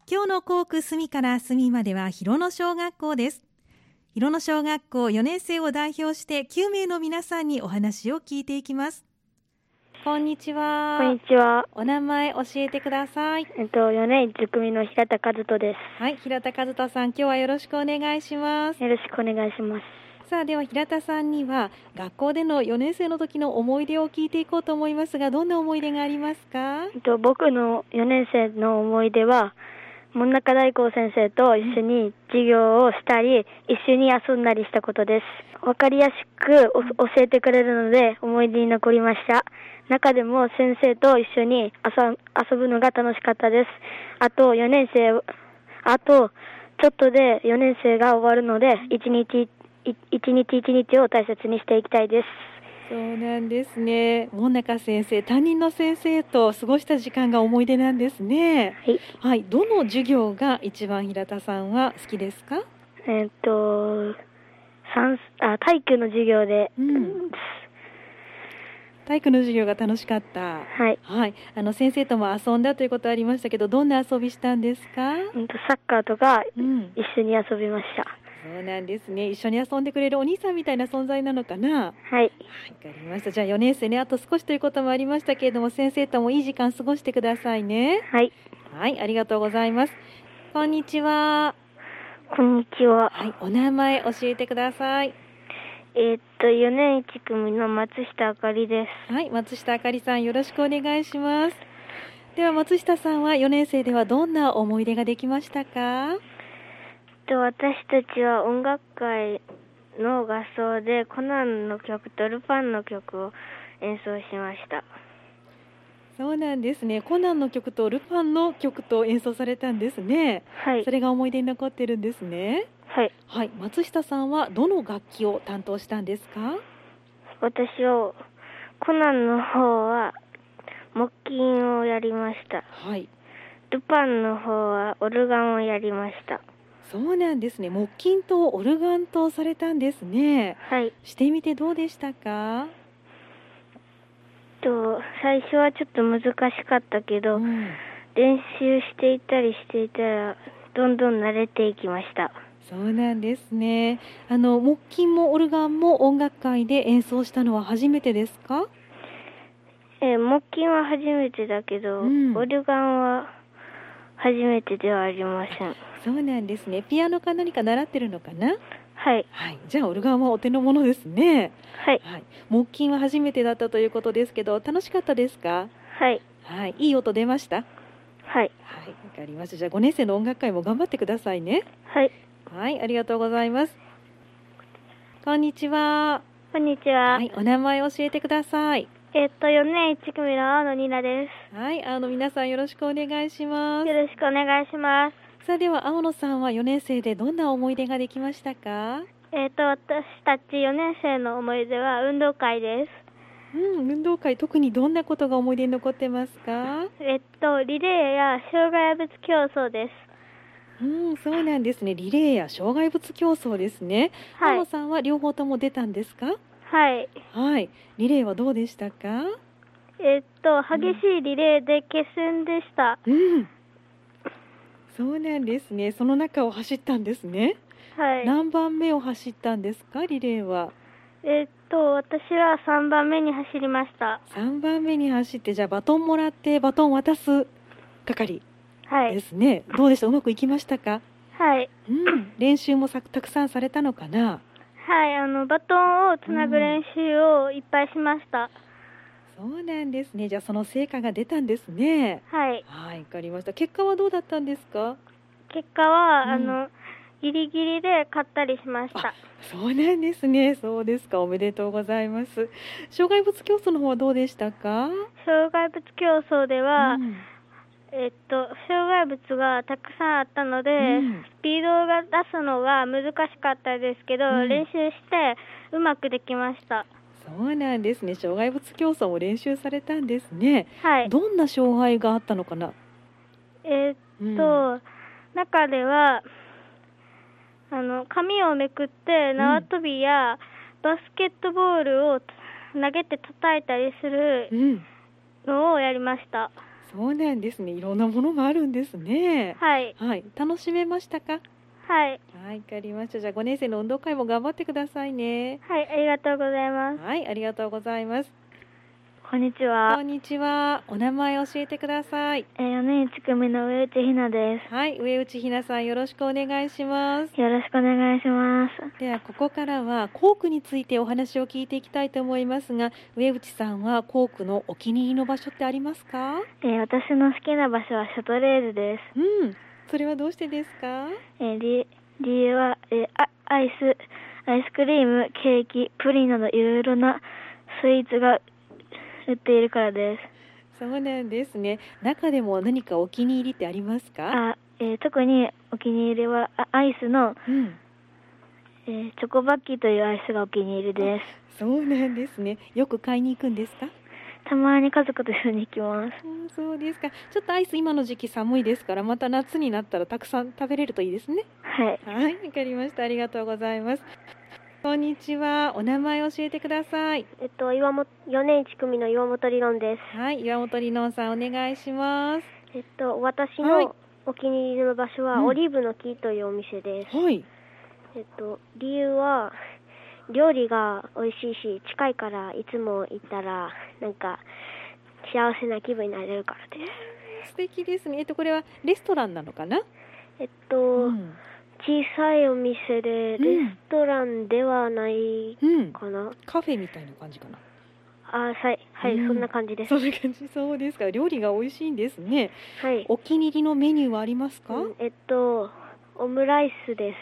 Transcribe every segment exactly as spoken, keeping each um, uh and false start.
今日の校区隅から隅までは広野小学校です。広野小学校よねん生を代表してきゅうめいの皆さんにお話を聞いていきます。こんにちは。 こんにちは。 お名前教えてください。 えっとよねんいち組の平田和人です。 はい、平田和人さん、今日はよろしくお願いします。 よろしくお願いします。 さあ、では平田さんには学校でのよねん生の時の思い出を聞いていこうと思いますが、どんな思い出がありますか？ えっと僕のよねん生の思い出は、門中大光先生と一緒に授業をしたり、一緒に遊んだりしたことです。わかりやすく教えてくれるので思い出に残りました。中でも先生と一緒に遊遊ぶのが楽しかったです。あとよねん生、あとちょっとでよねん生が終わるので、一日一日一日を大切にしていきたいです。 そうなんですね。門中先生、担任の先生と過ごした時間が思い出なんですね。 はい。 はい、どの授業が一番平田さんは好きですか？ えっと算あ体育の授業で、 うん、体育の授業が楽しかった。 はい。 はい、あの先生とも遊んだということありましたけど、どんな遊びしたんですか？ うんとサッカーとか、 うん、 一緒に遊びました。 そうなんですね。一緒に遊んでくれるお兄さんみたいな存在なのかな。 はい。 はい、わかりました。じゃあよねん生ね、あと少しということもありましたけれども、先生ともいい時間過ごしてくださいね。 はい。 はい、ありがとうございます。こんにちは。 こんにちは。 はい、お名前教えてください。 えー、っとよねんいち組の松下あかりです。 はい、松下あかりさん、よろしくお願いします。では松下さんはよねん生ではどんな思い出ができましたか？ と私たちは音楽会の合奏でコナンの曲とルパンの曲を演奏しました。 そうなんですね。コナンの曲とルパンの曲と演奏されたんですね。 はい。 それが思い出に残ってるんですね。 はい。 はい、松下さんはどの楽器を担当したんですか？ 私はコナンの方は木琴をやりました。 はい。 ルパンの方はオルガンをやりました。 そうなんですね。木琴とオルガンとされたんですね。 はい。 してみてどうでしたか？ と最初はちょっと難しかったけど、うん、練習していたりしていたらどんどん慣れていきました。 そうなんですね。あの木琴もオルガンも音楽会で演奏したのは初めてですか？ えー、木琴は初めてだけど、うん、オルガンは初めてではありません。 そうなんですね。ピアノか何か習ってるのかな？ はい、 はい、じゃあオルガンはお手の物ですね。 はい、 はい、木琴は初めてだったということですけど、楽しかったですか？ はい、 はい、いい音出ました？はい、 はい、 わかりました。じゃあごねん生の音楽会も頑張ってくださいね。 はい、 はい、ありがとうございます。こんにちは。 こんにちは。 はい、お名前教えてください。 えっとよねんいち組の青野ニナです。 はい、青野皆さんよろしくお願いします。 よろしくお願いします。 さあでは青野さんはよねん生でどんな思い出ができましたか？ えっと私たちよねん生の思い出は運動会です。 うん、運動会、特にどんなことが思い出に残ってますか？ えっとリレーや障害物競争です。 うん、そうなんですね。リレーや障害物競争ですね。 はい、 青野さんは両方とも出たんですか？ はい。 はい。リレーはどうでしたか？ えっと激しいリレーで決戦でした。 うん。そうなんですね。その中を走ったんですね。 はい。 何番目を走ったんですか？リレーは。 えっと私はさんばんめに走りました。 さんばんめに走って、じゃあバトンもらってバトン渡す係ですね。はい、どうでした？うまくいきましたか？ はい。 うん。練習もさたくさんされたのかな？ はい、あのバトンをつなぐ練習をいっぱいしました。 うん、そうなんですね。じゃあその成果が出たんですね。 はい。 はい、わかりました。結果はどうだったんですか？ 結果は、うん、あのギリギリで勝ったりしました。 そうなんですね。そうですか。おめでとうございます。障害物競争の方はどうでしたか？ 障害物競争では、うん、えっと障害物がたくさんあったので、うん、スピードが出すのが難しかったですけど、うん、練習してうまくできました。 そうなんですね。障害物競争も練習されたんですね。 はい。 どんな障害があったのかな？ えー、っと、うん、中ではあの紙をめくって縄跳びやバスケットボールを投げて叩いたりするのをやりました。 そうなんですね。いろんなものがあるんですね。 はい。 はい。楽しめましたか？ はい。 はい、わかりました。じゃあごねん生の運動会も頑張ってくださいね。 はい、ありがとうございます。 はい、ありがとうございます。 こんにちは。 こんにちは。お名前教えてください。 えー、よねんいち組の上内ひなではい、上内ひなさんよろしくお願いします。 す。よろしくお願いします。 ではここからは校区についてお話を聞いていきたいと思いますが、上内さんは校区のお気に入りの場所ってありますか？ えー、私の好きな場所はシャトレーゼです。 うん、それはどうしてですか？ えー、理理由は、えー、あアイスアイスクリーム、ケーキ、プリンなどいろいろなスイーツが売っているからです。 そうなんですね。中でも何かお気に入りってありますか？ あ、えー、特にお気に入りはあアイスの、 うんえー、チョコバッキーというアイスがお気に入りです。 そうなんですね。よく買いに行くんですか？ たまに家族と一緒に行きます。 うん、そうですか。ちょっとアイス今の時期寒いですから、また夏になったらたくさん食べれるといいですね。 はい。 はい、わかりました。ありがとうございます。こんにちは。お名前教えてください。 えっと、岩本よねんいち組の岩本理論です。 はい、岩本里乃さんお願いします。 えっと、私はいのお気に入りの場所は、 うんオリーブの木というお店です。 はい。 えっと、理由は、料理が美味しいし、近いからいつも行ったら、なんか、幸せな気分になれるからです。 素敵ですね。えっとこれはレストランなのかな？ えっと、 うん、 小さいお店で、レストランではないうん、 かな。 カフェみたいな感じかな。 あ、はい、はい、 うんそんな感じです。 そんな感じ。そうですか。料理が美味しいんですね。 はい。 お気に入りのメニューはありますか？ うんえっと、オムライスです。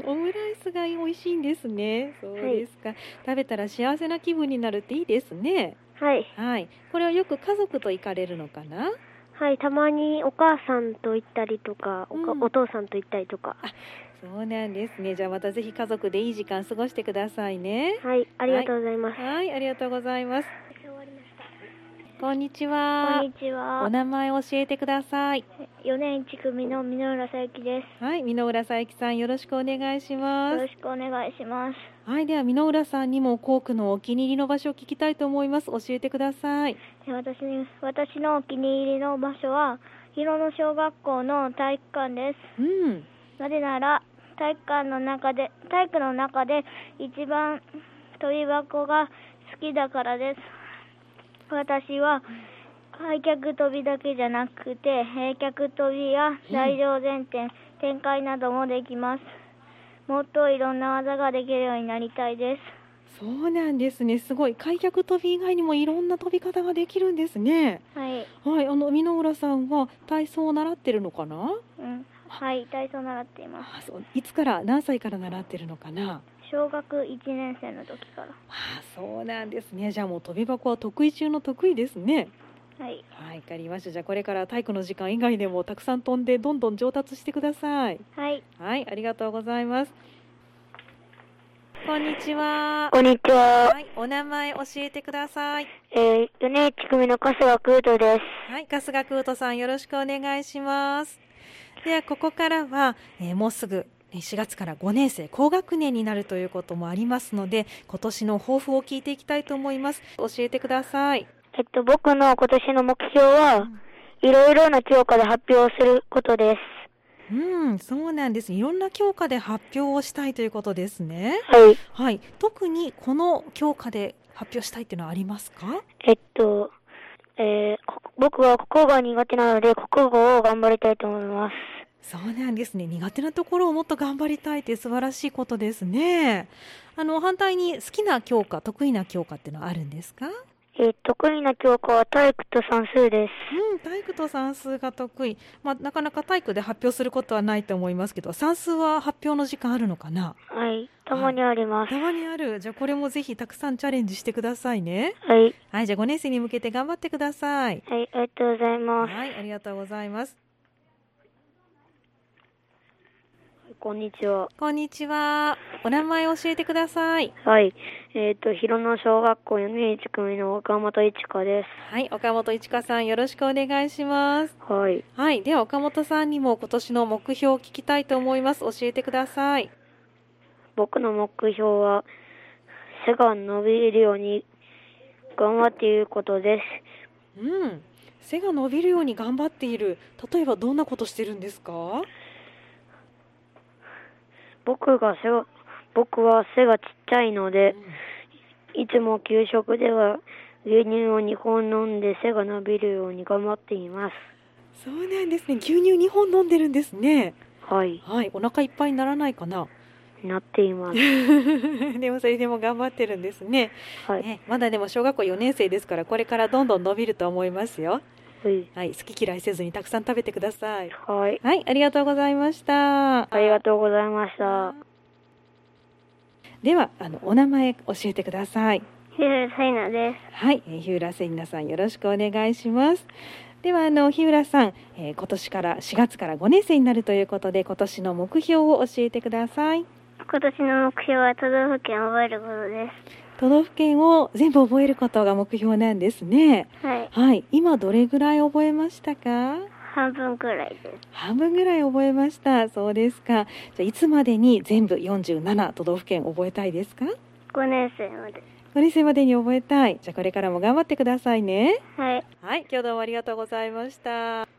うん、オムライスが美味しいんですね。そうですか。食べたら幸せな気分になるっていいですね。 はい。 はい。これはよく家族と行かれるのかな？ はい、たまにお母さんと行ったりとか、おかうんお父さんと行ったりとか。 そうなんですね。じゃあまたぜひ家族でいい時間過ごしてくださいね。 はい、ありがとうございます。 はい、ありがとうございます。 終わりました。 こんにちこは。 んにちは。 お名前教えてください。 よねんいち組の箕浦さゆきです。 はい、箕浦さゆきさんよろしくお願いします。 よろしくお願いします。 はい、では箕浦さんにも校区のお気に入りの場所を聞きたいと思います。教えてください。 私に私のお気に入りの場所は広野小学校の体育館です。 うん。 なぜなら体育館の中で体育の中で一番跳び箱が好きだからです。私は開脚跳びだけじゃなくて閉脚跳びや大乗前転、展開などもできます。もっといろんな技ができるようになりたいです。 そうなんですね。すごい。開脚跳び以外にもいろんな跳び方ができるんですね。 はい。 はい、あの箕浦さんは体操を習ってるのかな？ うん。はい、体操習っています。 あ、そう。いつから何歳から習ってるのかな？ 小学いちねん生の時から。 あ、そうなんですね。じゃあもう跳び箱は得意中の得意ですね。 はい。 はい、わかりました。じゃあこれから体育の時間以外でもたくさん飛んでどんどん上達してください。 はい。 はい、ありがとうございます。こんにちは。 こんにちは。 はい、お名前教えてください。 えー、よねんいち組の春日空斗です。 はい、春日空斗さんよろしくお願いします。ではここからは、えー、もうすぐしがつからごねん生高学年になるということもありますので、今年の抱負を聞いていきたいと思います。教えてください。 えっと、僕の今年の目標は、いろいろな教科で発表することです。 うん、そうなんです。いろんな教科で発表をしたいということですね。 はい。 はい。特にこの教科で発表したいっていうのはありますか？ えっと、えー、僕は国語が苦手なので、国語を頑張りたいと思います。 そうなんですね。苦手なところをもっと頑張りたいって素晴らしいことですね。あの、反対に好きな教科、得意な教科っていうのはあるんですか？ えー、得意な教科は体育と算数です。 うん、体育と算数が得意。まあ、なかなか体育で発表することはないと思いますけど、算数は発表の時間あるのかな？ はい、たまにあります。 たまにある。じゃあこれもぜひたくさんチャレンジしてくださいね。 はい。 はい、じゃあごねん生に向けて頑張ってください。 はい、ありがとうございます。 はい、ありがとうございます。 こんにちは。 こんにちは。お名前教えてください。 はい。えっと、広野小学校よねんいち組の岡本一花です。 はい、岡本一花さんよろしくお願いします。 はい。 はい、では岡本さんにも今年の目標を聞きたいと思います。教えてください。 僕の目標は、背が伸びるように頑張っていることです。 うん、 背が伸びるように頑張っている。例えばどんなことしてるんですか？ 僕が背が僕は背がちっちゃいので、うん、いつも給食では牛乳をにほん飲んで背が伸びるように頑張っています。 そうなんですね。牛乳にほん飲んでるんですね。 はい、 はい、お腹いっぱいにならないかな？ なっています。 でもそれでも頑張ってるんですね。 はい、 ね、まだでも小学校よねん生ですから、これからどんどん伸びると思いますよ。 はい、 はい、好き嫌いせずにたくさん食べてください。 はい、 はい、ありがとうございました。 ありがとうございました。 では、あのお名前教えてください。 日浦せいなです。 はい、えー、日浦せいなさん、よろしくお願いします。では、あの日浦さん、えー、今年からしがつからごねん生になるということで、今年の目標を教えてください。 今年の目標は都道府県を覚えることです。 都道府県を全部覚えることが目標なんですね。 はい。 はい、今どれぐらい覚えましたか？ 半分くらいです。 半分ぐらい覚えました。そうですか。じゃあいつまでに全部よんじゅうなな都道府県覚えたいですか？ ごねん生まで。 ごねん生までに覚えたい。じゃあこれからも頑張ってくださいね。 はい。 はい、今日どうもありがとうございました。